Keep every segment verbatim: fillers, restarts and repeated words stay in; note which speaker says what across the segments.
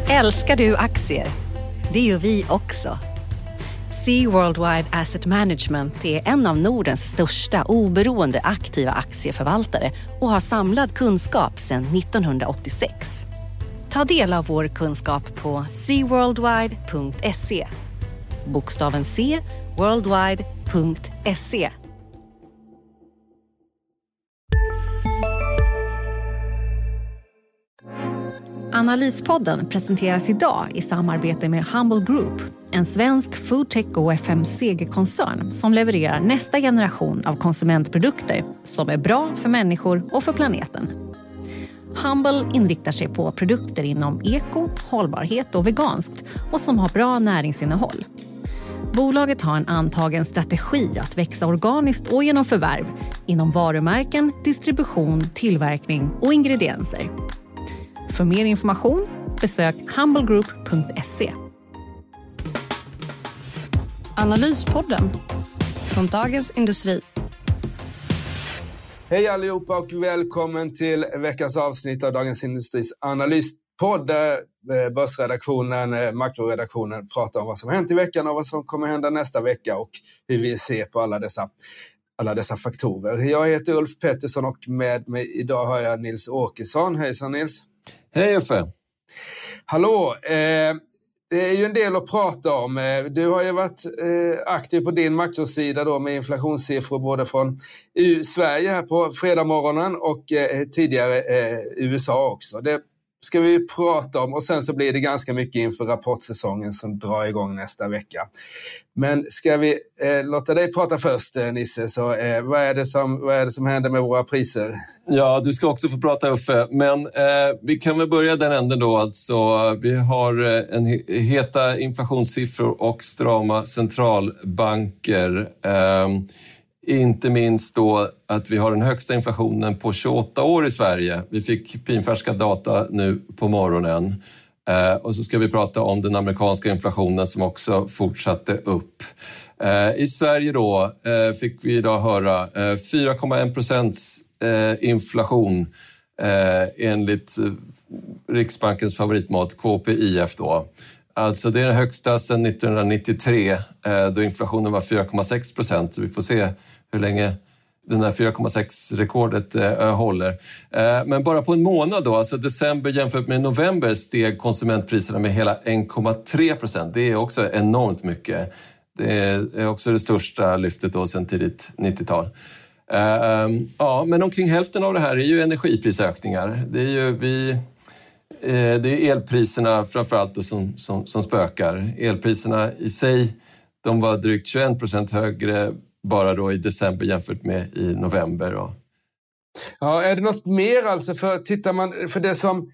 Speaker 1: Älskar du aktier? Det gör vi också. Sea Worldwide Asset Management är en av Nordens största oberoende aktiva aktieförvaltare och har samlad kunskap sedan nittonhundraåttiosex. Ta del av vår kunskap på sea worldwide punkt se. Bokstaven C, worldwide punkt se. Analyspodden presenteras idag i samarbete med Humble Group, en svensk foodtech och F M C G-koncern som levererar nästa generation av konsumentprodukter som är bra för människor och för planeten. Humble inriktar sig på produkter inom eko, hållbarhet och veganskt och som har bra näringsinnehåll. Bolaget har en antagen strategi att växa organiskt och genom förvärv inom varumärken, distribution, tillverkning och ingredienser. För mer information besök humble group punkt se. Analyspodden från Dagens Industri.
Speaker 2: Hej allihopa och välkommen till veckans avsnitt av Dagens Industris analyspodd där börsredaktionen, makroredaktionen pratar om vad som hänt i veckan och vad som kommer hända nästa vecka och hur vi ser på alla dessa, alla dessa faktorer. Jag heter Ulf Pettersson och med mig idag har jag Nils Åkesson. Hejsan Nils.
Speaker 3: Hej Uffe.
Speaker 2: Hallå, eh, det är ju en del att prata om. Du har ju varit eh, aktiv på din makrosida då med inflationssiffror både från U- Sverige här på fredag morgonen och eh, tidigare eh, U S A också. Det ska vi prata om och sen så blir det ganska mycket inför rapportsäsongen som drar igång nästa vecka. Men ska vi eh, låta dig prata först eh, Nisse, så eh, vad, är det som, vad är det som händer med våra priser?
Speaker 3: Ja, du ska också få prata Uffe, men eh, vi kan väl börja den änden då alltså. Vi har eh, en heta inflationssiffror och strama centralbanker. Eh, Inte minst då att vi har den högsta inflationen på tjugoåtta år i Sverige. Vi fick pinfärska data nu på morgonen. Eh, och så ska vi prata om den amerikanska inflationen som också fortsatte upp. Eh, I Sverige då eh, fick vi idag höra eh, fyra komma en procents eh, inflation eh, enligt Riksbankens favoritmått K P I F då. Alltså det är den högsta sedan nittonhundranittiotre eh, då inflationen var fyra komma sex procent. Så vi får se hur länge den här fyra komma sex-rekordet eh, håller. Eh, men bara på en månad då, alltså december jämfört med november, steg konsumentpriserna med hela en komma tre procent. Det är också enormt mycket. Det är också det största lyftet då sedan tidigt nittiotal. Eh, ja, men omkring hälften av det här är ju energiprisökningar. Det är ju vi... eh, det är elpriserna framförallt då som, som, som spökar. Elpriserna i sig, de var drygt tjugoen procent högre bara då i december jämfört med i november. Då.
Speaker 2: Ja, är det något mer alltså? För tittar man, för det som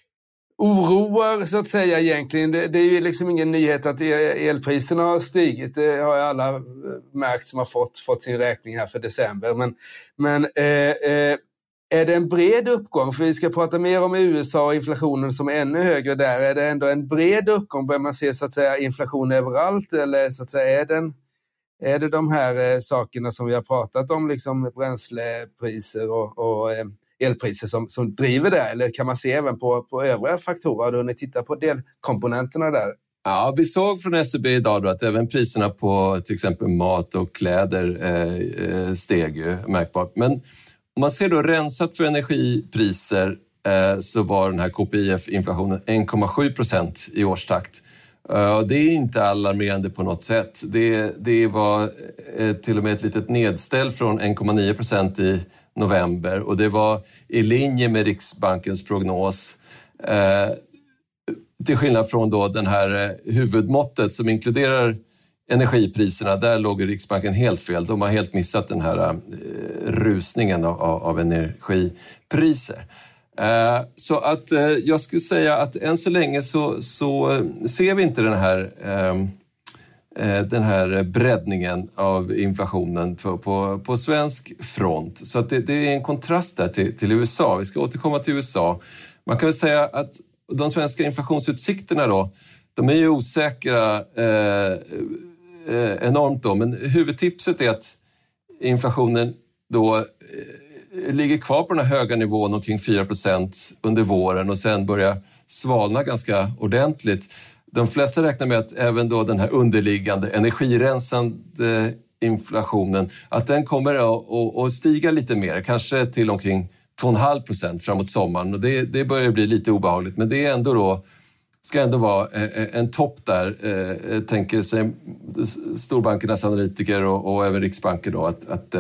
Speaker 2: oroar så att säga egentligen, det, det är ju liksom ingen nyhet att elpriserna har stigit. Det har ju alla märkt som har fått, fått sin räkning här för december. Men, men eh, eh, är det en bred uppgång? För vi ska prata mer om U S A och inflationen som är ännu högre där. Är det ändå en bred uppgång? Börjar man se så att säga inflation överallt? Eller så att säga är den... Är det de här eh, sakerna som vi har pratat om, liksom bränslepriser och, och eh, elpriser som, som driver det? Eller kan man se även på, på övriga faktorer då ni tittar på delkomponenterna där?
Speaker 3: Ja, vi såg från S E B idag då att även priserna på till exempel mat och kläder eh, steg ju märkbart. Men om man ser då rensat för energipriser eh, så var den här K P I F-inflationen en komma sju procent i årstakt. Uh, det är inte alarmerande på något sätt. Det, det var eh, till och med ett litet nedställ från en komma nio procent i november. Och det var i linje med Riksbankens prognos. Uh, till skillnad från då den här eh, huvudmåttet som inkluderar energipriserna. Där låg Riksbanken helt fel. De har helt missat den här eh, rusningen av, av energipriser. Uh, så att uh, jag skulle säga att än så länge så, så uh, ser vi inte den här, uh, uh, den här breddningen av inflationen för, på, på svensk front. Så att det, det är en kontrast där till, till U S A. Vi ska återkomma till U S A. Man kan väl säga att de svenska inflationsutsikterna då, de är ju osäkra uh, uh, enormt då. Men huvudtipset är att inflationen då uh, ligger kvar på den här höga nivån omkring fyra procent under våren och sen börjar svalna ganska ordentligt. De flesta räknar med att även då den här underliggande energirensande inflationen, att den kommer att, att stiga lite mer, kanske till omkring två komma fem procent framåt sommaren. Och det, det börjar bli lite obehagligt, men det är ändå då, ska ändå vara en topp där, eh, tänker sig storbankernas analytiker och, och även Riksbanken då, att, att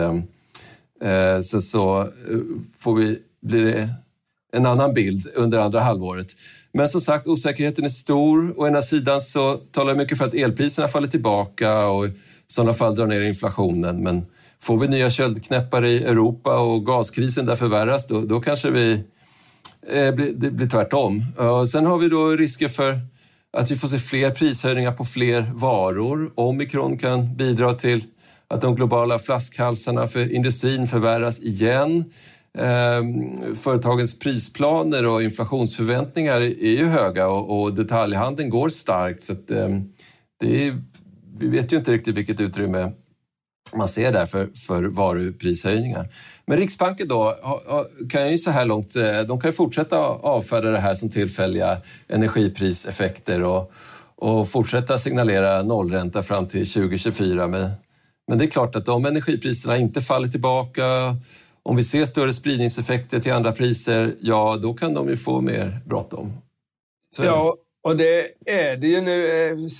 Speaker 3: eh, sen så får vi, blir det en annan bild under andra halvåret. Men som sagt, osäkerheten är stor. Å ena sidan så talar jag mycket för att elpriserna faller tillbaka och i sådana fall drar ner inflationen. Men får vi nya köldknäppar i Europa och gaskrisen där förvärras, då, då kanske vi, eh, blir, det blir tvärtom. Och sen har vi då risker för att vi får se fler prishöjningar på fler varor. Omikron kan bidra till att de globala flaskhalsarna för industrin förvärras igen. Eh, företagens prisplaner och inflationsförväntningar är ju höga och, och detaljhandeln går starkt, så att, eh, det är, vi vet ju inte riktigt vilket utrymme man ser där för, för varuprishöjningar. Men Riksbanken då kan ju så här långt, de kan ju fortsätta avfärda det här som tillfälliga energipriseffekter och, och fortsätta signalera nollränta fram till tjugo tjugofyra. Men, men det är klart att om energipriserna inte faller tillbaka, om vi ser större spridningseffekter till andra priser, ja då kan de ju få mer bråttom. Så
Speaker 2: ja, och det är det ju nu,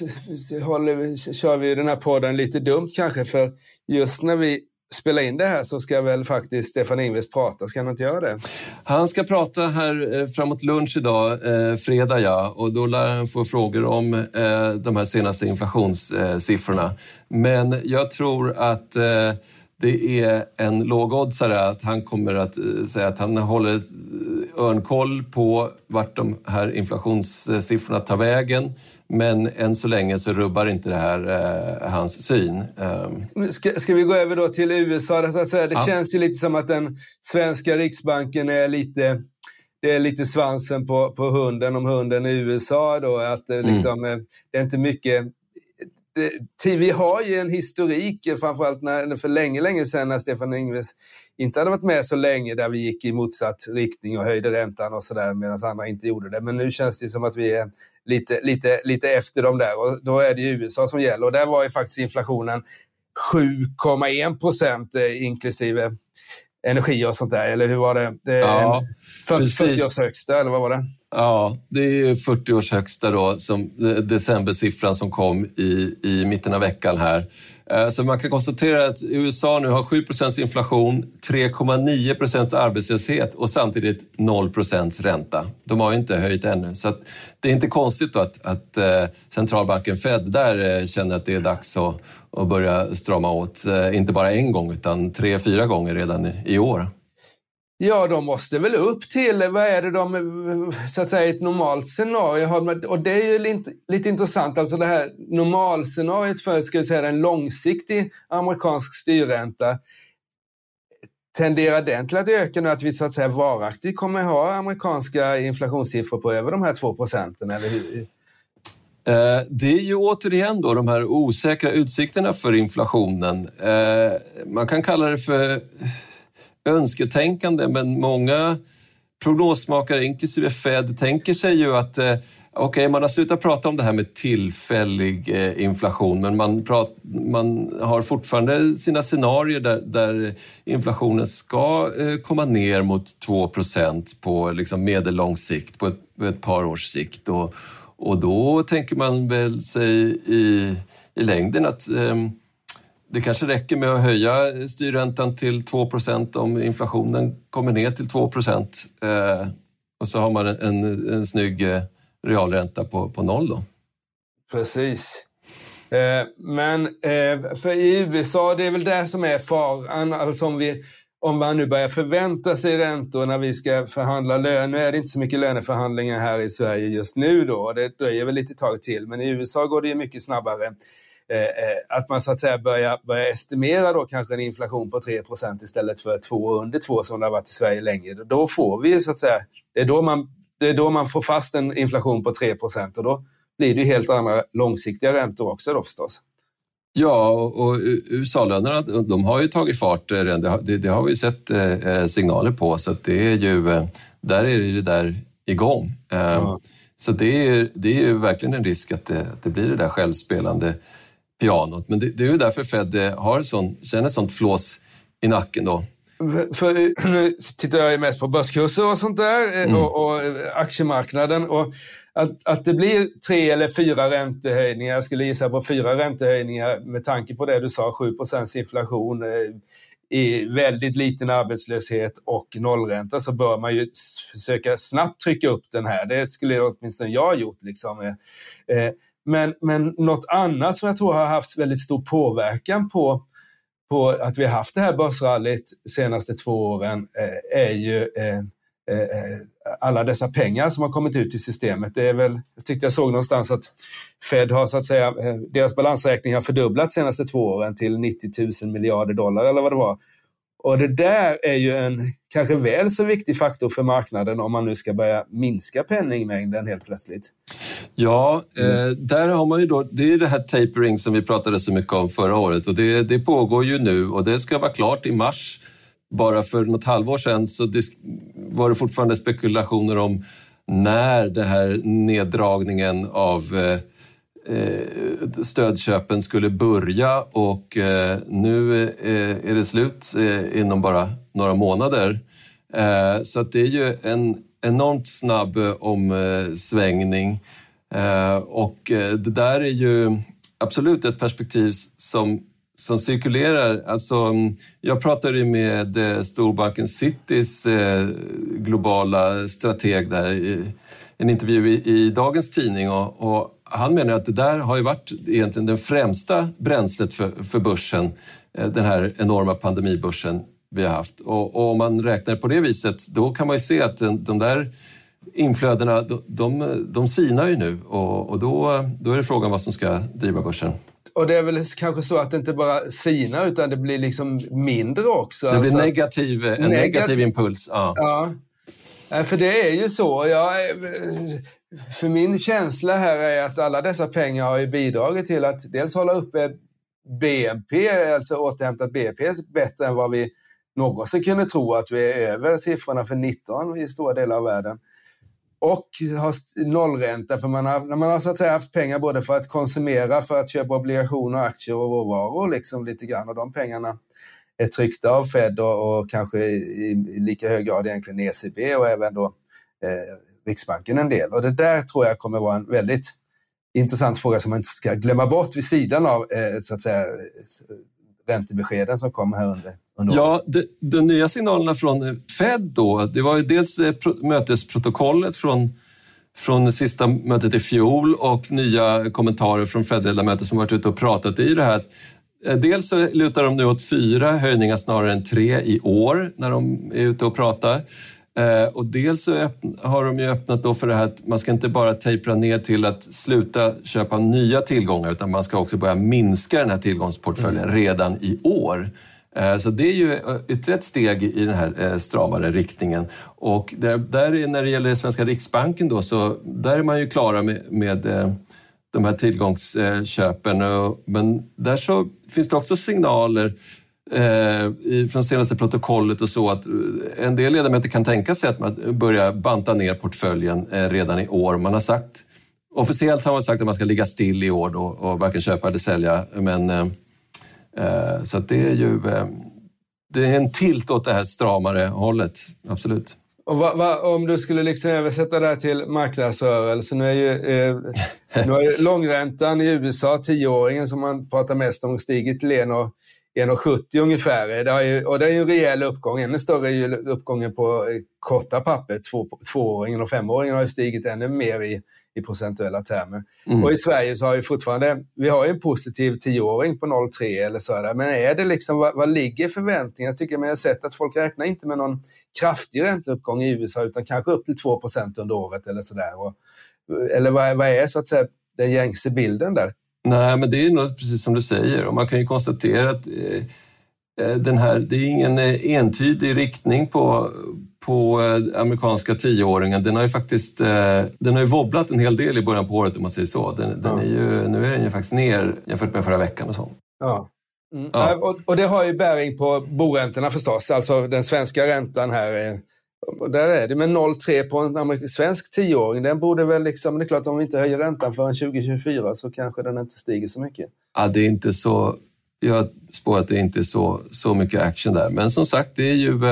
Speaker 2: håller, kör vi den här podden lite dumt kanske, för just när vi spelar in det här så ska väl faktiskt Stefan Ingves prata, ska han inte göra det?
Speaker 3: Han ska prata här framåt lunch idag, eh, fredag ja, och då lär han få frågor om eh, de här senaste inflationssiffrorna. Men jag tror att eh, det är en lågoddsare att han kommer att säga att han håller örnkoll på vart de här inflationssiffrorna tar vägen. Men än så länge så rubbar inte det här eh, hans syn.
Speaker 2: Ska, ska vi gå över då till U S A? Så att säga? Det ja. känns ju lite som att den svenska Riksbanken är lite, det är lite svansen på, på hunden om hunden i U S A. Då, att det, liksom, mm. det är inte mycket... Det, vi har ju en historik, framförallt när, för länge, länge sedan när Stefan Ingves inte hade varit med så länge, där vi gick i motsatt riktning och höjde räntan och sådär medan andra inte gjorde det. Men nu känns det som att vi är lite, lite, lite efter dem där, och då är det ju U S A som gäller. Och där var ju faktiskt inflationen sju komma en procent inklusive energi och sånt där, eller hur var det? Det är
Speaker 3: ja,
Speaker 2: fyrtio års högsta, eller vad var det?
Speaker 3: Ja, det är fyrtio års högsta då, som decembersiffran som kom i, i mitten av veckan här. Så man kan konstatera att U S A nu har sju procent inflation, tre komma nio procent arbetslöshet och samtidigt noll procent ränta. De har ju inte höjt ännu, så att det är inte konstigt då att, att centralbanken Fed där känner att det är dags att, att börja strama åt. Inte bara en gång utan tre, fyra gånger redan i år.
Speaker 2: Ja, de måste väl upp till, vad är det de, så att säga, ett normalt scenario har, och det är ju lite, lite intressant, alltså det här normalscenariot för, ska vi säga, en långsiktig amerikansk styrränta, tenderar den till att öka nu, att vi så att säga varaktigt kommer ha amerikanska inflationssiffror på över de här två procenten, eller hur?
Speaker 3: Det är ju återigen då de här osäkra utsikterna för inflationen. Man kan kalla det för önsketänkande, men många prognosmakare, inklusive Fed, tänker sig ju att eh, okej, okay, man har slutat prata om det här med tillfällig eh, inflation, men man, prat, man har fortfarande sina scenarier där, där inflationen ska eh, komma ner mot två procent på liksom medellång sikt, på ett, på ett par års sikt. Och, och då tänker man väl sig i, i längden att eh, det kanske räcker med att höja styrräntan till två procent om inflationen kommer ner till två procent. Eh, och så har man en, en, en snygg eh, realränta på, på noll då.
Speaker 2: Precis. Eh, men eh, för i U S A, det är väl det som är faran. Alltså om, vi, om man nu börjar förvänta sig räntor när vi ska förhandla lön. Nu är det inte så mycket löneförhandlingar här i Sverige just nu då. Det dröjer väl lite tag till. Men i U S A går det ju mycket snabbare. Att man så att säga börjar, börjar estimera då kanske en inflation på tre procent istället för två under två som det har varit i Sverige länge. Då får vi så att säga, det är då man, det är då man får fast en inflation på tre procent, och då blir det ju helt andra långsiktiga räntor också då förstås.
Speaker 3: Ja, och, och U S A-lönerna, de har ju tagit fart, det, det, det har vi sett eh, signaler på, så att det är ju, eh, där är det ju där igång. Eh, ja. Så det är, det är ju verkligen en risk att det, att det blir det där självspelande pianot. Men det, det är ju därför Fed har sån, känner sånt flås i nacken då.
Speaker 2: För nu tittar jag ju mest på börskurser och sånt där mm. och, och aktiemarknaden, och att, att det blir tre eller fyra räntehöjningar, jag skulle gissa på fyra räntehöjningar med tanke på det du sa, sju procent inflation, i väldigt liten arbetslöshet och nollränta, så bör man ju försöka snabbt trycka upp den här. Det skulle åtminstone jag ha gjort liksom. Men, men något annat som jag tror har haft väldigt stor påverkan på på att vi har haft det här börsrallyt de senaste två åren eh, är ju eh, eh, alla dessa pengar som har kommit ut i systemet. Det är väl, jag tyckte jag såg någonstans att Fed har så att säga, eh, deras balansräkning har fördubblats de senaste två åren till nittio tusen miljarder dollar eller vad det var. Och det där är ju en kanske väl så viktig faktor för marknaden om man nu ska börja minska penningmängden helt plötsligt.
Speaker 3: Ja, eh, där har man ju då, det är det här tapering som vi pratade så mycket om förra året, och det, det pågår ju nu och det ska vara klart i mars. Bara för något halvår sedan så det, var det fortfarande spekulationer om när det här neddragningen av eh, stödköpen skulle börja, och eh, nu eh, är det slut eh, inom bara några månader. Eh, så att det är ju en enormt snabb omsvängning, eh, och eh, det där är ju absolut ett perspektiv som, som cirkulerar. Alltså, jag pratade med eh, storbanken Citys eh, globala strateg där i en intervju i, i dagens tidning, och, och han menar att det där har ju varit egentligen den främsta bränslet för, för börsen, den här enorma pandemibörsen vi har haft. Och, och om man räknar på det viset, då kan man ju se att den, de där inflödena, de, de, de sinar ju nu, och, och då, då är det frågan vad som ska driva börsen.
Speaker 2: Och det är väl kanske så att det inte bara sinar utan det blir liksom mindre också.
Speaker 3: Det blir
Speaker 2: alltså,
Speaker 3: negativ, en negativ, negativ impuls. Ja.
Speaker 2: ja. För det är ju så. Jag, för min känsla här är att alla dessa pengar har ju bidragit till att dels hålla uppe B N P, alltså återhämtat B N P bättre än vad vi någonsin kunde tro, att vi är över siffrorna för nitton i stora delar av världen. Och har nollränta, för man har, när man har så att säga haft pengar både för att konsumera, för att köpa obligationer, aktier och råvaror liksom lite grann, och de pengarna är tryckta av Fed och, och kanske i, i lika hög grad egentligen E C B och även då eh, Riksbanken en del. Och det där tror jag kommer vara en väldigt intressant fråga som man inte ska glömma bort vid sidan av eh, så att säga räntebeskeden som kommer här under, under
Speaker 3: Ja, de, de nya signalerna från Fed då, det var ju dels eh, pro, mötesprotokollet från från det sista mötet i fjol och nya kommentarer från Fed-ledamöter som varit ute och pratat i det här. Dels så lutar de nu åt fyra höjningar snarare än tre i år när de är ute och pratar. Eh, och dels så öppn- har de ju öppnat då för det här att man ska inte bara tapra ner till att sluta köpa nya tillgångar, utan man ska också börja minska den här tillgångsportföljen mm. redan i år. Eh, så det är ju ytterligare ett steg i den här eh, stramare riktningen. Och där, där är, när det gäller Svenska Riksbanken då, så där är man ju klara med, med eh, de här tillgångsköpen. Men där så finns det också signaler eh, från senaste protokollet och så att en del ledamöter kan tänka sig att man börjar banta ner portföljen eh, redan i år. Man har sagt, officiellt har man sagt att man ska ligga still i år då och varken köpa eller sälja. Men, eh, så att det är ju eh, det är en tilt åt det här stramare hållet, absolut.
Speaker 2: Och va, va, om du skulle liksom översätta det här till marknadsrörelse, nu är ju, eh, nu är ju långräntan i U S A, tioåringen som man pratar mest om, stigit till en komma sjuttio ungefär. Det är ju, och det är ju en rejäl uppgång, ännu större är ju uppgången på korta papper. Två, tvååringen och femåringen har ju stigit ännu mer i, i procentuella termer. Mm. Och i Sverige så har vi fortfarande, vi har ju en positiv tioåring på noll komma tre eller sådär. Men är det liksom, vad, vad ligger förväntningar? Jag tycker man har sett att folk räknar inte med någon kraftig ränteuppgång i U S A utan kanske upp till två procent under året eller sådär. Och, eller vad, vad är så att säga den gängse bilden där?
Speaker 3: Nej, men det är nog precis som du säger. Och man kan ju konstatera att den här, det är ingen entydig riktning på, på amerikanska tioåringen. Den har ju faktiskt den har ju wobblat en hel del i början på året om man säger så. Den, den är ju, nu är den ju faktiskt ner jämfört med förra veckan och så.
Speaker 2: Ja. Mm.
Speaker 3: Ja.
Speaker 2: Och, och det har ju bäring på boräntorna förstås, alltså den svenska räntan här. Och där är det med noll komma tre på en amerik- svensk tioåring. Den borde väl liksom, det är klart om vi inte höjer räntan förrän tjugo tjugofyra så kanske den inte stiger så mycket.
Speaker 3: Ja, det är inte så, jag spår att det är inte så, så mycket action där. Men som sagt, det är ju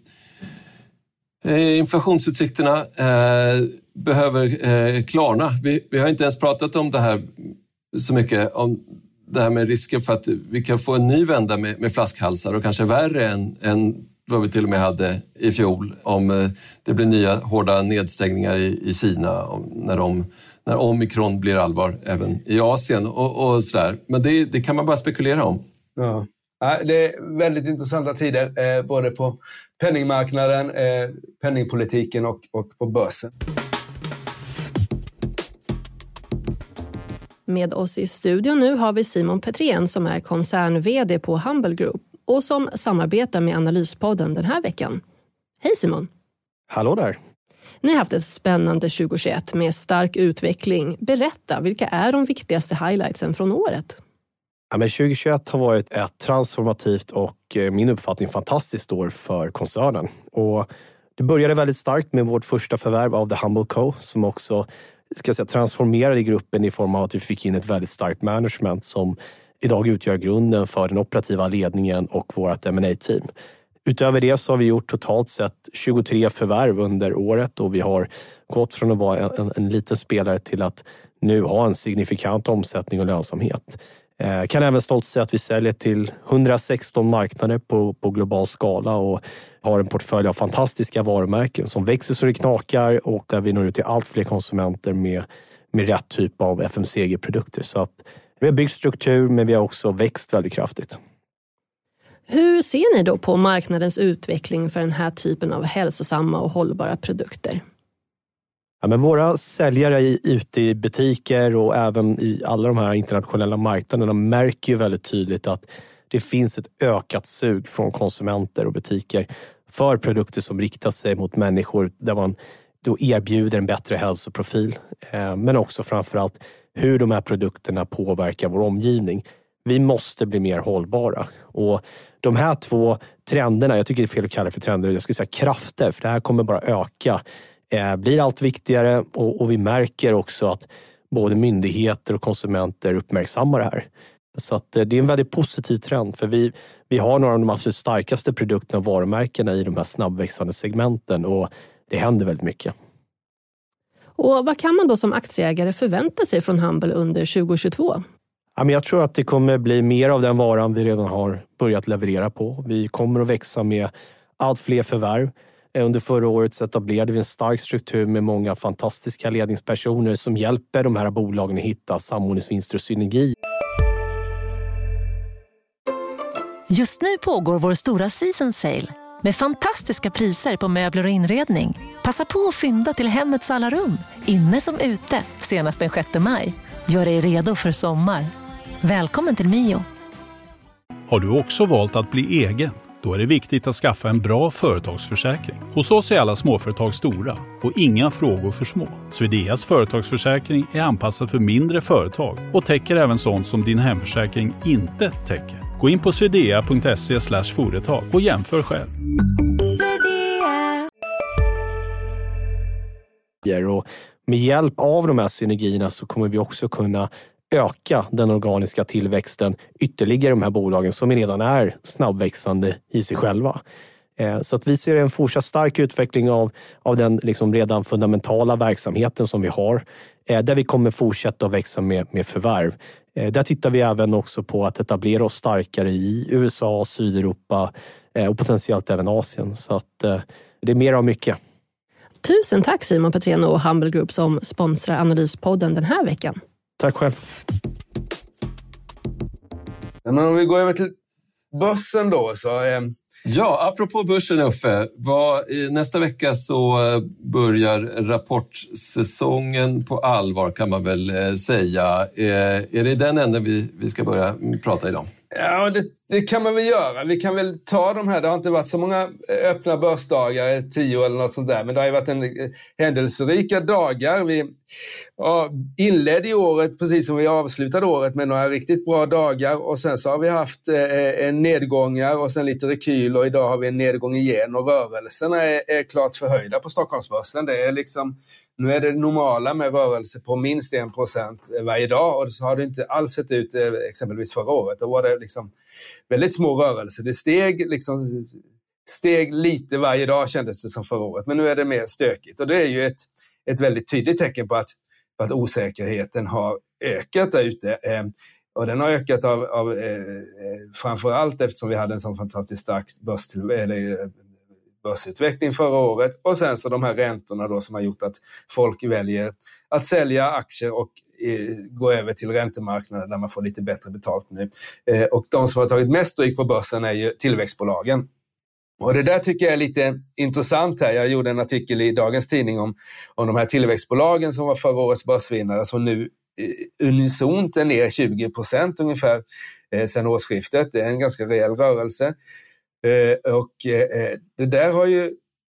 Speaker 3: eh, inflationsutsikterna eh, behöver eh, klarna. Vi, vi har inte ens pratat om det här så mycket, om det här med risken för att vi kan få en ny vända med, med flaskhalsar och kanske värre än, än vad vi till och med hade i fjol om det blir nya hårda nedstängningar i, i Kina om, när, de, när omikron blir allvar även i Asien och, och sådär. Men det, det kan man bara spekulera om.
Speaker 2: Ja. Ja, det är väldigt intressanta tider eh, både på penningmarknaden, eh, penningpolitiken och, och på börsen.
Speaker 4: Med oss i studion nu har vi Simon Petrén som är koncern-vd på Humble Group och som samarbetar med Analyspodden den här veckan. Hej Simon!
Speaker 5: Hallå där!
Speaker 4: Ni har haft ett spännande tjugohundratjugoett med stark utveckling. Berätta, vilka är de viktigaste highlightsen från året?
Speaker 5: Ja, men tjugohundratjugoett har varit ett transformativt och min uppfattning fantastiskt år för koncernen. Och det började väldigt starkt med vårt första förvärv av The Humble Co. som också ska säga, transformerade gruppen i form av att vi fick in ett väldigt starkt management som idag utgör grunden för den operativa ledningen och vårt M and A-team. Utöver det så har vi gjort totalt sett tjugotre förvärv under året och vi har gått från att vara en, en liten spelare till att nu ha en signifikant omsättning och lönsamhet. Eh, kan även stolt säga att vi säljer till hundrasexton marknader på, på global skala och har en portfölj av fantastiska varumärken som växer så det knakar och där vi når ut till allt fler konsumenter med, med rätt typ av F M C G-produkter. Så att vi har byggt struktur men vi har också växt väldigt kraftigt.
Speaker 4: Hur ser ni då på marknadens utveckling för den här typen av hälsosamma och hållbara produkter?
Speaker 5: Ja, men våra säljare i, ute i butiker och även i alla de här internationella marknaderna märker ju väldigt tydligt att det finns ett ökat sug från konsumenter och butiker för produkter som riktar sig mot människor där man då erbjuder en bättre hälsoprofil. Eh, men också framförallt hur de här produkterna påverkar vår omgivning. Vi måste bli mer hållbara. Och de här två trenderna, jag tycker det är fel att kalla det för trender, jag skulle säga krafter, för det här kommer bara öka. Eh, blir allt viktigare och, och vi märker också att både myndigheter och konsumenter uppmärksammar det här. Så att, eh, det är en väldigt positiv trend för vi, vi har några av de absolut starkaste produkterna och varumärkena i de här snabbväxande segmenten och det händer väldigt mycket.
Speaker 4: Och vad kan man då som aktieägare förvänta sig från Humble under tjugohundratjugotvå?
Speaker 5: Ja, men jag tror att det kommer bli mer av den varan vi redan har börjat leverera på. Vi kommer att växa med allt fler förvärv. Under förra året så etablerade vi en stark struktur med många fantastiska ledningspersoner som hjälper de här bolagen att hitta samordningsvinster och synergi.
Speaker 6: Just nu pågår vår stora season sale med fantastiska priser på möbler och inredning. Passa på att fynda till hemmets alla rum, inne som ute, senast den sjätte maj. Gör dig redo för sommar. Välkommen till Mio.
Speaker 7: Har du också valt att bli egen? Då är det viktigt att skaffa en bra företagsförsäkring. Hos oss är alla småföretag stora och inga frågor för små. Swedeas företagsförsäkring är anpassad för mindre företag och täcker även sånt som din hemförsäkring inte täcker. Gå in på swedea punkt se slash företag och jämför själv.
Speaker 5: Och med hjälp av de här synergierna så kommer vi också kunna öka den organiska tillväxten ytterligare i de här bolagen som redan är snabbväxande i sig själva. Så att vi ser en fortsatt stark utveckling av, av den liksom redan fundamentala verksamheten som vi har. Där vi kommer fortsätta att växa med, med förvärv. Där tittar vi även också på att etablera oss starkare i U S A, Sydeuropa och potentiellt även Asien. Så att det är mer av mycket.
Speaker 4: Tusen tack Simon Petrén och Humble Group som sponsrar Analyspodden den här veckan.
Speaker 5: Tack själv.
Speaker 2: Men om vi går över till börsen då så... Eh...
Speaker 3: Ja, apropå börsen Uffe, vad, i nästa vecka så börjar rapportsäsongen på allvar kan man väl säga. Eh, är det den änden vi, vi ska börja prata idag?
Speaker 2: Ja, det, det kan man väl göra. Vi kan väl ta de här, det har inte varit så många öppna börsdagar, tio eller något sånt där, men det har ju varit en händelserika dagar. Vi ja, inledde i året, precis som vi avslutade året, med några riktigt bra dagar, och sen så har vi haft eh, nedgångar och sen lite rekyl, och idag har vi en nedgång igen, och rörelserna är, är klart förhöjda på Stockholmsbörsen. Det är liksom, nu är det normala med rörelse på minst en procent varje dag, och så har det inte alls sett ut eh, exempelvis förra året. Då var det liksom väldigt små rörelser. Det steg, liksom, steg lite varje dag, kändes det som förra året, men nu är det mer stökigt, och det är ju ett, ett väldigt tydligt tecken på att, på att osäkerheten har ökat där ute. Eh, och den har ökat av, av eh, framförallt eftersom vi hade en sån fantastiskt stark börs till, eller, börsutveckling förra året, och sen så de här räntorna då som har gjort att folk väljer att sälja aktier och eh, gå över till räntemarknaden där man får lite bättre betalt nu. Eh, och de som har tagit mest stryk på börsen är ju tillväxtbolagen. Och det där tycker jag är lite intressant här. Jag gjorde en artikel i dagens tidning om, om de här tillväxtbolagen som var förra årets börsvinnare, som nu eh, unisont är ner tjugo procent ungefär eh, sedan årsskiftet. Det är en ganska rejäl rörelse. Uh, och uh, det där har ju,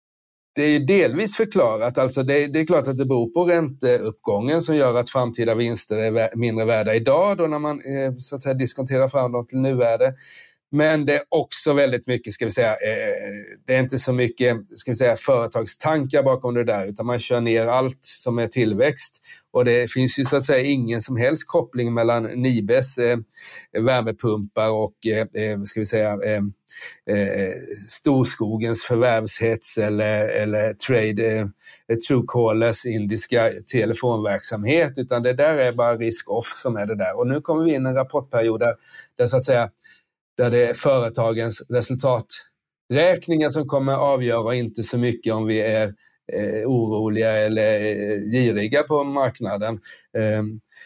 Speaker 2: det är ju delvis förklarat, alltså det, det är klart att det beror på ränteuppgången som gör att framtida vinster är vä- mindre värda idag då när man uh, så att säga diskonterar fram dem till nuvärde. Men det är också väldigt mycket, ska vi säga, uh, det är inte så mycket, ska vi säga, företagstankar bakom det där, utan man kör ner allt som är tillväxt. Och det finns ju så att säga ingen som helst koppling mellan Nibes eh, värmepumpar och eh, ska vi säga eh, eh, Storskogens förvärvshets eller, eller Trade eh, Truecallers indiska telefonverksamhet, utan det där är bara risk-off som är det där. Och nu kommer vi in i en rapportperiod där, där så att säga där det är företagens resultaträkningar som kommer avgöra, inte så mycket om vi är Eh, oroliga eller eh, giriga på marknaden. Eh,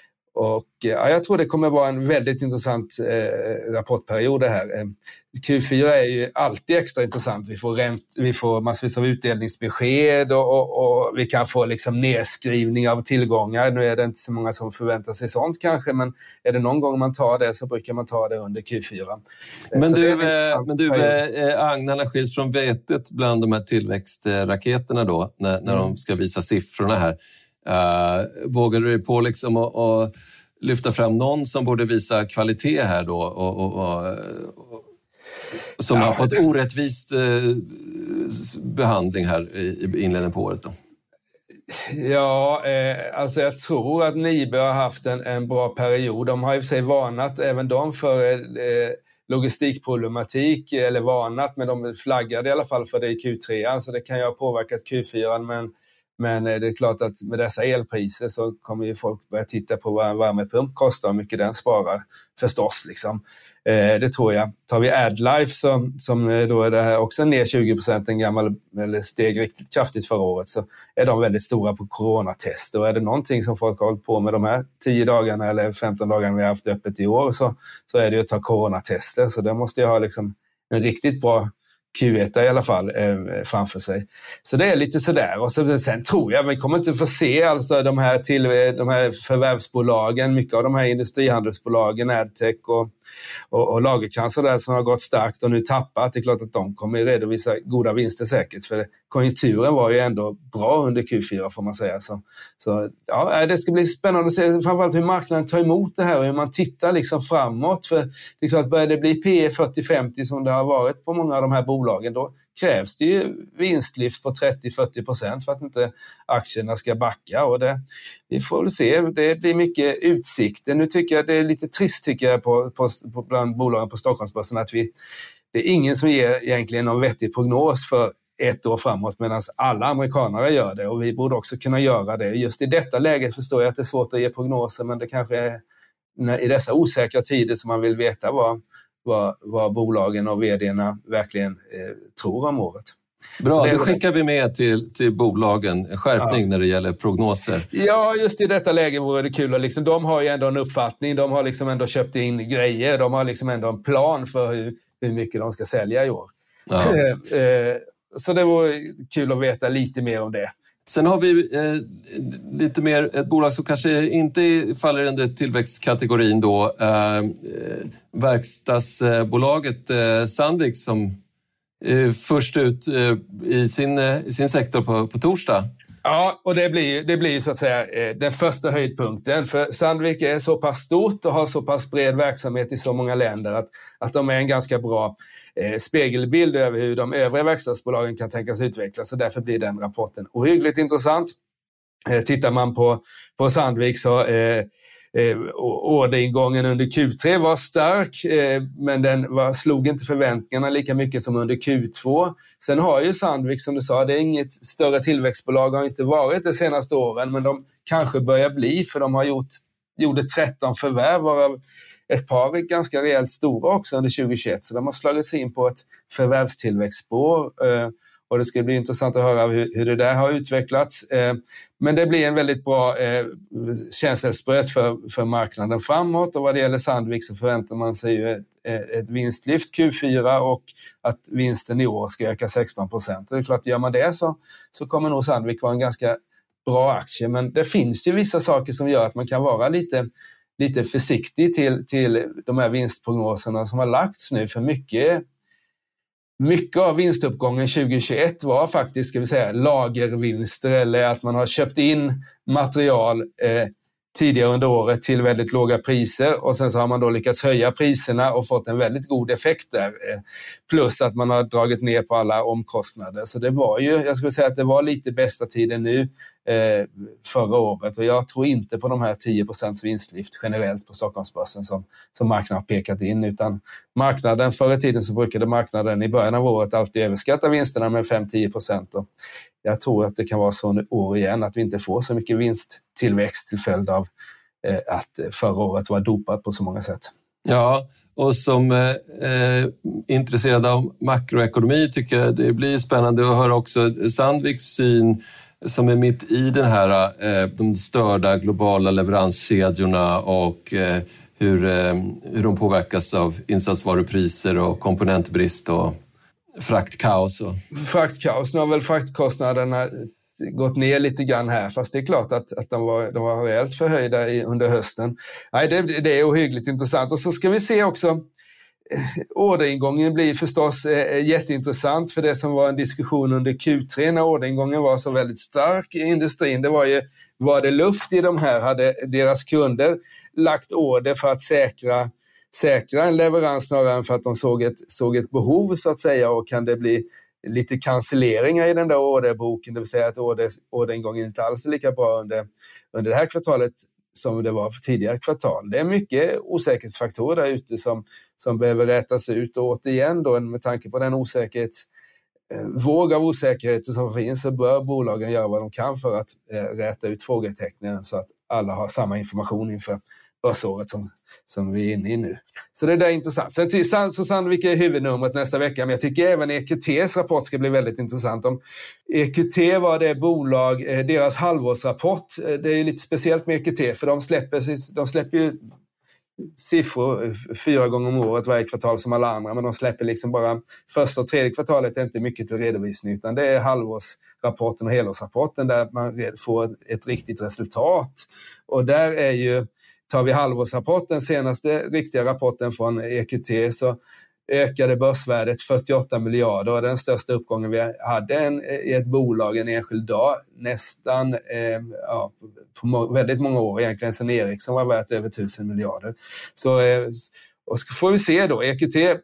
Speaker 2: och ja, jag tror det kommer vara en väldigt intressant eh, rapportperiod det här. Eh, Q fyra är ju alltid extra intressant. Vi får, ränt, vi får massvis av utdelningsbesked och, och, och vi kan få liksom nedskrivning av tillgångar. Nu är det inte så många som förväntar sig sånt kanske, men är det någon gång man tar det så brukar man ta det under Q fyra.
Speaker 3: Men så du, men du eh, agnarna skiljs från vetet bland de här tillväxtraketerna då, när, när mm. de ska visa siffrorna här. Uh, vågar du dig på liksom att, att lyfta fram någon som borde visa kvalitet här då och, och, och, och som ja, har fått orättvist uh, behandling här i, i inledningen på året då?
Speaker 2: Ja, eh, alltså jag tror att Nibe har haft en, en bra period. De har i och för sig varnat även de för eh, logistikproblematik, eller varnat, men de flaggade i alla fall för det i Q tre, så det kan ju ha påverkat Q fyra, men Men det är klart att med dessa elpriser så kommer ju folk börja titta på vad en värmepump kostar och hur mycket den sparar förstås. Liksom. Eh, det tror jag. Tar vi AdLife som, som då är det här också ner tjugo procent, en gammal, eller steg riktigt kraftigt förra året, så är de väldigt stora på coronatest. Och är det någonting som folk har hållit på med de här tio dagarna eller femton dagarna vi har haft öppet i år, så, så är det ju att ta coronatester. Så det måste ju ha liksom en riktigt bra Q ett i alla fall eh, framför sig. Så det är lite sådär. Och så, sen tror jag vi kommer inte få se alltså de här, till, de här förvärvsbolagen, mycket av de här industrihandelsbolagen, AdTech och, och, och Lagercrantz och där som har gått starkt och nu tappat. Det är klart att de kommer redovisa goda vinster säkert, för konjunkturen var ju ändå bra under Q fyra får man säga. Så, så ja, det ska bli spännande att se framförallt hur marknaden tar emot det här och hur man tittar liksom framåt. För det är klart, börjar det bli P E fyrtio femtio som det har varit på många av de här bolagen, då krävs det ju vinstlyft på trettio till fyrtio procent för att inte aktierna ska backa. Och det, vi får väl se, det blir mycket utsikter. Nu tycker jag det är lite trist tycker jag på, på, på bland bolagen på Stockholmsbörsen att vi, det är ingen som ger egentligen någon vettig prognos för ett år framåt, medan alla amerikanare gör det, och vi borde också kunna göra det. Just i detta läget förstår jag att det är svårt att ge prognoser, men det kanske är i dessa osäkra tider som man vill veta vad Vad, vad bolagen och vdarna verkligen eh, tror om året.
Speaker 3: Bra, det skickar vi med till, till bolagen. En skärpning ja. när det gäller prognoser.
Speaker 2: Ja, just i detta läge vore det kul. Och liksom, de har ju ändå en uppfattning. De har liksom ändå köpt in grejer. De har liksom ändå en plan för hur, hur mycket de ska sälja i år. Ja. Så det vore kul att veta lite mer om det.
Speaker 3: Sen har vi eh, lite mer ett bolag som kanske inte faller under tillväxtkategorin då. Eh, verkstadsbolaget eh, Sandvik som är först ut eh, i sin, eh, sin sektor på, på torsdag.
Speaker 2: Ja, och det blir, det blir så att säga den första höjdpunkten. För Sandvik är så pass stort och har så pass bred verksamhet i så många länder att, att de är en ganska bra eh, spegelbild över hur de övriga verkstadsbolagen kan tänkas utvecklas. Så därför blir den rapporten ohyggligt intressant. Eh, tittar man på, på Sandvik så eh, Eh, orderingången under Q tre var stark, eh, men den var, slog inte förväntningarna lika mycket som under Q två. Sen har ju Sandvik, som du sa, det är inget större tillväxtbolag, har inte varit de senaste åren, men de kanske börjar bli, för de har gjort gjorde tretton förvärv, varav ett par ganska rejält stora också under tjugohundratjugoett, så de har slagit sig in på ett förvärvstillväxtspår. Eh, Och det ska bli intressant att höra hur, hur det där har utvecklats. Eh, men det blir en väldigt bra eh, känselspröt för, för marknaden framåt. Och vad det gäller Sandvik så förväntar man sig ju ett, ett vinstlyft Q fyra och att vinsten i år ska öka sexton procent. Det är klart, gör man det så, så kommer nog Sandvik vara en ganska bra aktie. Men det finns ju vissa saker som gör att man kan vara lite, lite försiktig till, till de här vinstprognoserna som har lagts nu. För mycket... Mycket av vinstuppgången tjugohundratjugoett var faktiskt, ska vi säga, lagervinster, eller att man har köpt in material eh, tidigare under året till väldigt låga priser, och sen så har man då lyckats höja priserna och fått en väldigt god effekt där. Eh, plus att man har dragit ner på alla omkostnader. Så det var ju, jag skulle säga att det var lite bästa tiden nu eh, förra året, och jag tror inte på de här tio procent vinstlyft generellt på Stockholmsbörsen som, som marknaden har pekat in, utan marknaden, förr i tiden så brukade marknaden i början av året alltid överskatta vinsterna med fem till tio procent, och jag tror att det kan vara så år igen att vi inte får så mycket vinsttillväxt till följd av eh, att förra året var dopat på så många sätt.
Speaker 3: Ja, och som eh, intresserad av makroekonomi tycker jag det blir spännande att höra också Sandviks syn som är mitt i den här eh, de störda globala leveranskedjorna och eh, hur, eh, hur de påverkas av insatsvarupriser och komponentbrist och fraktkaos. Och...
Speaker 2: Fraktkaos, nu har väl fraktkostnaderna gått ner lite grann här, fast det är klart att, att de, var, de var rejält förhöjda i, under hösten. Nej, det, det är ohyggligt intressant. Och så ska vi se också, orderingången blir förstås eh, jätteintressant, för det som var en diskussion under Q tre när orderingången var så väldigt stark i industrin, det var ju, var det luft i de här? Hade deras kunder lagt order för att säkra säkra en leverans snarare än för att de såg ett, såg ett behov så att säga, och kan det bli lite cancelleringar i den där orderboken, det vill säga att order, orderingången inte alls är lika bra under, under det här kvartalet som det var för tidigare kvartal. Det är mycket osäkerhetsfaktorer där ute som, som behöver rätas ut, och återigen då med tanke på den osäkerhet, eh, våg av osäkerheter som finns, så bör bolagen göra vad de kan för att eh, räta ut frågetecknen så att alla har samma information inför börsåret som, som vi är inne i nu. Så det där är intressant. Sen till så Sandvik är huvudnumret nästa vecka, men jag tycker även E Q T:s rapport ska bli väldigt intressant. Om E Q T var det bolag, deras halvårsrapport, det är ju lite speciellt med E Q T, för de släpper, de släpper ju siffror fyra gånger om året varje kvartal som alla andra, men de släpper liksom bara första och tredje kvartalet är inte mycket till redovisning, utan det är halvårsrapporten och helårsrapporten där man får ett riktigt resultat. Och där är ju, tar vi halvårsrapporten, senaste riktiga rapporten från E Q T, så ökade börsvärdet fyrtioåtta miljarder, och den största uppgången vi hade en, i ett bolag en enskild dag, nästan eh, ja, på må- väldigt många år egentligen, sen Ericsson var värt över tusen miljarder. Så eh, och ska får vi se då, E Q T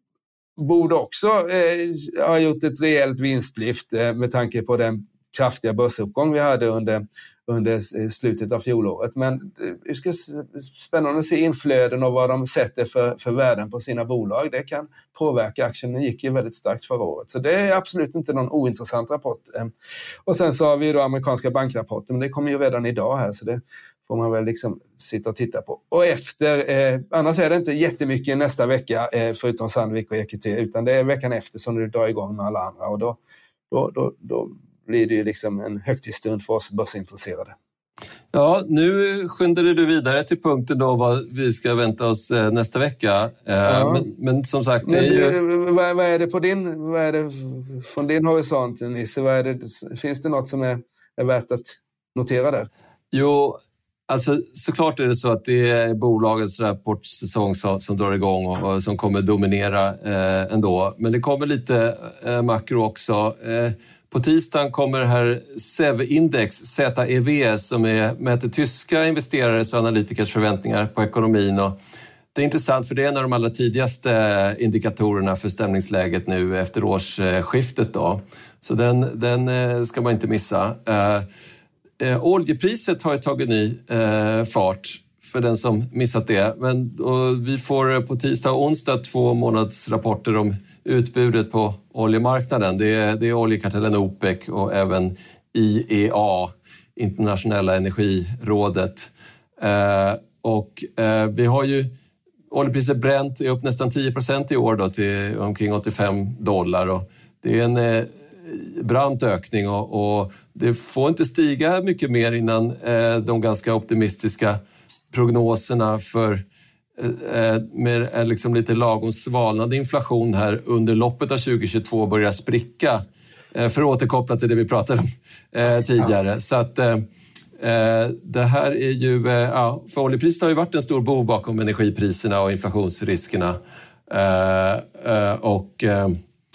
Speaker 2: borde också eh, ha gjort ett rejält vinstlyft eh, med tanke på den kraftiga börsuppgång vi hade under under slutet av fjolåret. Men det ska spännande att se inflöden och vad de sätter för, för värden på sina bolag. Det kan påverka aktien. Den gick ju väldigt starkt förra året. Så det är absolut inte någon ointressant rapport. Och sen så har vi då amerikanska bankrapporten, men det kommer ju redan idag här, så det får man väl liksom sitta och titta på. Och efter, eh, annars är det inte jättemycket nästa vecka eh, förutom Sandvik och E Q T, utan det är veckan efter som det drar igång med alla andra, och då, då, då, då blir det ju liksom en högtidsstund för oss börsintresserade.
Speaker 3: Ja, nu skyndade du vidare till punkten då vad vi ska vänta oss nästa vecka. Ja. Men, men som sagt, det är ju...
Speaker 2: Men, vad, vad är det på din, vad är det från din horisont, Nisse? Vad är det, finns det något som är är värt att notera där?
Speaker 3: Jo, alltså såklart är det så att det är bolagets rapportsäsong som, som drar igång och, och som kommer dominera eh, ändå. Men det kommer lite eh, makro också. Eh, på tisdagen kommer det här S E V-index, Z E V, som är, mäter tyska investerares och analytikers förväntningar på ekonomin. Och det är intressant för det är en av de allra tidigaste indikatorerna för stämningsläget nu efter årsskiftet. Då. Så den, den ska man inte missa. Eh, eh, oljepriset har ju tagit ny eh, fart för den som missat det. Men och vi får på tisdag och onsdag två månadsrapporter om utbudet på oljemarknaden. Det är, det är oljekartellen OPEC och även I E A, Internationella energirådet. Eh, och eh, vi har ju oljepriset Brent är upp nästan tio procent i år då till omkring åttiofem dollar. Och det är en eh, brant ökning och, och det får inte stiga mycket mer innan eh, de ganska optimistiska prognoserna för eh, med eh, liksom lite lagom svalnande inflation här under loppet av tjugohundratjugotvå börjar spricka. Eh, för att återkoppla till det vi pratade om eh, tidigare. Ja. Så att eh, Eh, det här är ju, eh, ja, för oljepriset har ju varit en stor bov bakom energipriserna och inflationsriskerna. Eh, eh, och eh,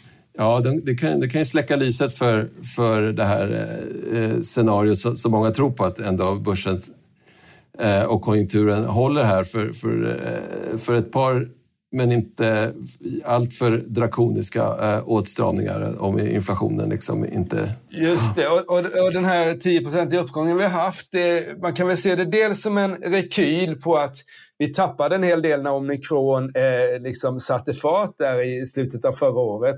Speaker 3: ja, det, det, kan, det kan ju släcka lyset för, för det här eh, scenariot som så många tror på att ändå börsen eh, och konjunkturen håller här för, för, eh, för ett par, men inte allt för drakoniska äh, åtstramningar om inflationen liksom inte...
Speaker 2: Just det, och, och, och den här tio procent i uppgången vi har haft, det, man kan väl se det dels som en rekyl på att vi tappade en hel del när omikron eh, liksom satte fart där i slutet av förra året.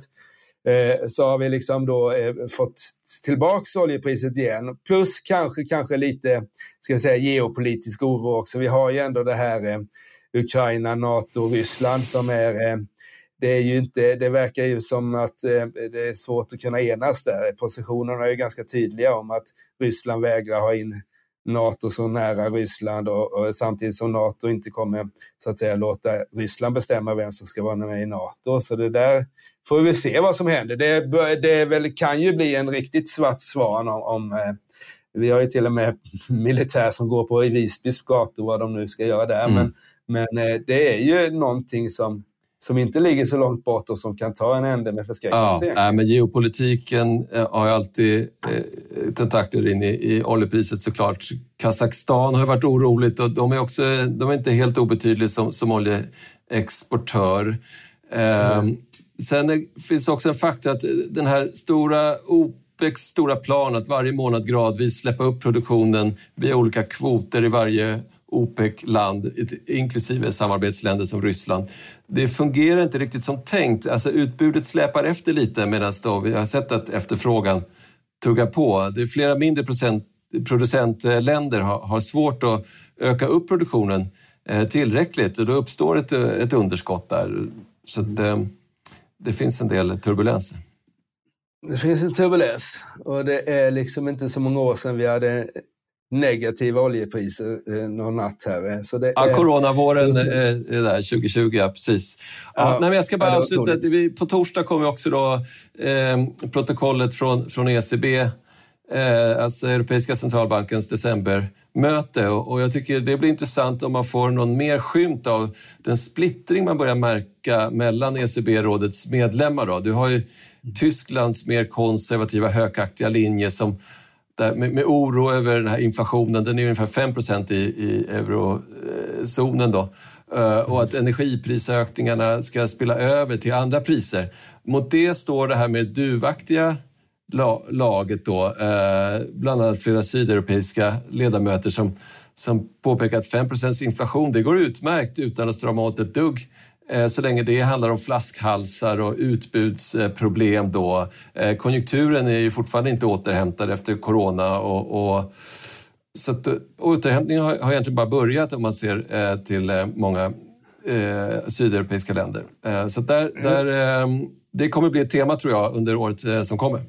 Speaker 2: Eh, så har vi liksom då eh, fått tillbaka oljepriset igen. Plus kanske, kanske lite, ska jag säga, geopolitisk oro också. Vi har ju ändå det här... Eh, Ukraina, NATO, Ryssland som är, det är ju inte, det verkar ju som att det är svårt att kunna enas där. Positionerna är ju ganska tydliga om att Ryssland vägrar ha in NATO så nära Ryssland och, och samtidigt som NATO inte kommer så att säga låta Ryssland bestämma vem som ska vara med i NATO. Så det där får vi se vad som händer. Det, det väl, kan ju bli en riktigt svart svan om, om vi har ju till och med militär som går på i Visbys gator vad de nu ska göra där, mm. men Men det är ju någonting som, som inte ligger så långt bort och som kan ta en ände med förskräckelse.
Speaker 3: Ja, men geopolitiken har ju alltid eh, tentakler in i, i oljepriset såklart. Kazakstan har varit oroligt och de är, också, de är inte helt obetydliga som, som oljeexportör. Eh, mm. Sen är, finns också en faktor att den här stora OPECs stora plan att varje månad gradvis släppa upp produktionen via olika kvoter i varje OPEC-land, inklusive samarbetsländer som Ryssland. Det fungerar inte riktigt som tänkt. Alltså utbudet släpar efter lite medan då vi har sett att efterfrågan tuggar på. Det är flera mindre procent, producentländer har, har svårt att öka upp produktionen eh, tillräckligt och då uppstår ett, ett underskott där. Så att, eh, det finns en del turbulens.
Speaker 2: Det finns en turbulens och det är liksom inte så många år sedan vi hade negativa oljepriser eh, någon natt här. Så det
Speaker 3: ja,
Speaker 2: är,
Speaker 3: coronavåren är, är där tjugohundratjugo, ja, precis. Ja, ja, nej, men jag ska bara avsluta. Vi, på torsdag kommer också då eh, protokollet från, från E C B, eh, alltså Europeiska centralbankens decembermöte. Och, och jag tycker det blir intressant om man får någon mer skymt av den splittring man börjar märka mellan E C B-rådets medlemmar. Då. Du har ju Tysklands mer konservativa, högaktiga linje som där, med, med oro över den här inflationen, den är ungefär fem procent i, i eurozonen då. Uh, och att energiprisökningarna ska spilla över till andra priser. Mot det står det här med duvaktiga la, laget då, uh, bland annat flera sydeuropeiska ledamöter som, som påpekar att fem procent inflation, det går utmärkt utan att strama åt ett dugg. Så länge det handlar om flaskhalsar och utbudsproblem då. Konjunkturen är ju fortfarande inte återhämtad efter corona. Och, och, så att återhämtningen har, har egentligen bara börjat om man ser till många eh, sydeuropeiska länder. Så där, där, det kommer bli ett tema tror jag under året som kommer.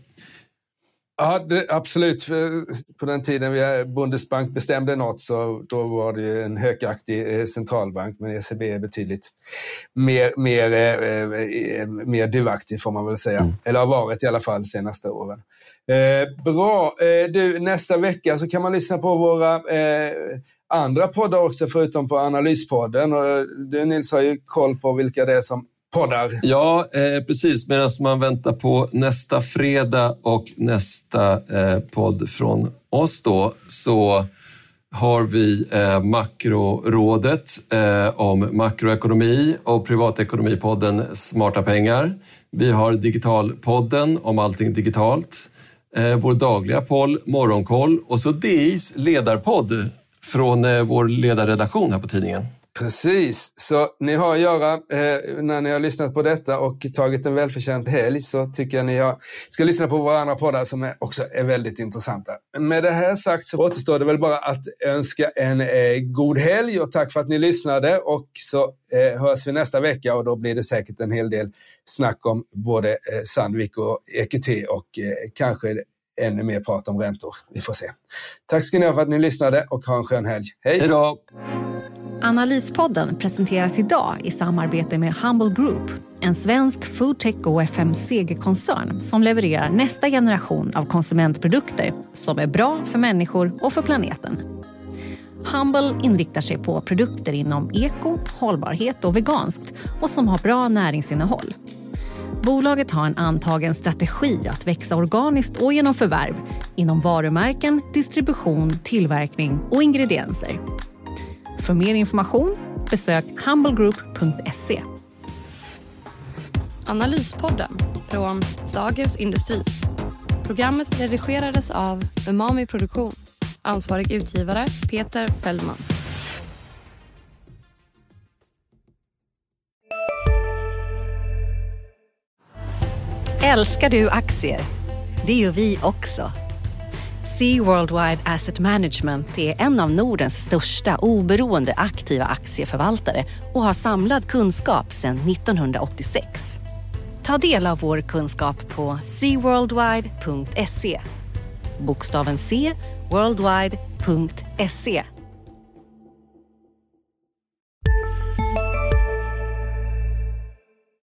Speaker 2: Ja, det, absolut. För på den tiden vi Bundesbank bestämde något så då var det ju en högaktig eh, centralbank, men E C B är betydligt mer, mer, eh, mer duvaktig får man väl säga. Mm. Eller har varit i alla fall de senaste åren. Eh, bra. Eh, du, nästa vecka så kan man lyssna på våra eh, andra poddar också, förutom på Analyspodden. Och du, Nils, har ju koll på vilka det är som poddar.
Speaker 3: Ja, eh, precis. Medan man väntar på nästa fredag och nästa eh, podd från oss då, så har vi eh, Makrorådet eh, om makroekonomi och privatekonomipodden Smarta pengar. Vi har Digitalpodden om allting digitalt. Eh, vår dagliga poll, Morgonkoll, och så D I:s ledarpodd från eh, vår ledarredaktion här på tidningen.
Speaker 2: Precis, så ni har att göra eh, när ni har lyssnat på detta och tagit en välförtjänt helg, så tycker jag ni har, ska lyssna på våra andra poddar som är, också är väldigt intressanta. Med det här sagt så återstår det väl bara att önska en eh, god helg, och tack för att ni lyssnade, och så eh, hörs vi nästa vecka, och då blir det säkert en hel del snack om både eh, Sandvik och E Q T, och eh, kanske ännu mer prat om räntor. Vi får se. Tack ska ni ha för att ni lyssnade, och ha en skön helg. Hej!
Speaker 3: Hej då!
Speaker 1: Analyspodden presenteras idag i samarbete med Humble Group, en svensk foodtech och F M C G-koncern som levererar nästa generation av konsumentprodukter som är bra för människor och för planeten. Humble inriktar sig på produkter inom eko, hållbarhet och veganskt, och som har bra näringsinnehåll. Bolaget har en antagen strategi att växa organiskt och genom förvärv inom varumärken, distribution, tillverkning och ingredienser. För mer information besök humble group punkt se.
Speaker 8: Analyspodden från Dagens Industri. Programmet redigerades av Umami Produktion. Ansvarig utgivare Peter Fällman.
Speaker 9: Älskar du aktier? Det gör vi också. Sea Worldwide Asset Management är en av Nordens största oberoende aktiva aktieförvaltare och har samlad kunskap sedan nittonhundraåttiosex. Ta del av vår kunskap på sea worldwide punkt se. Bokstaven C, worldwide punkt se.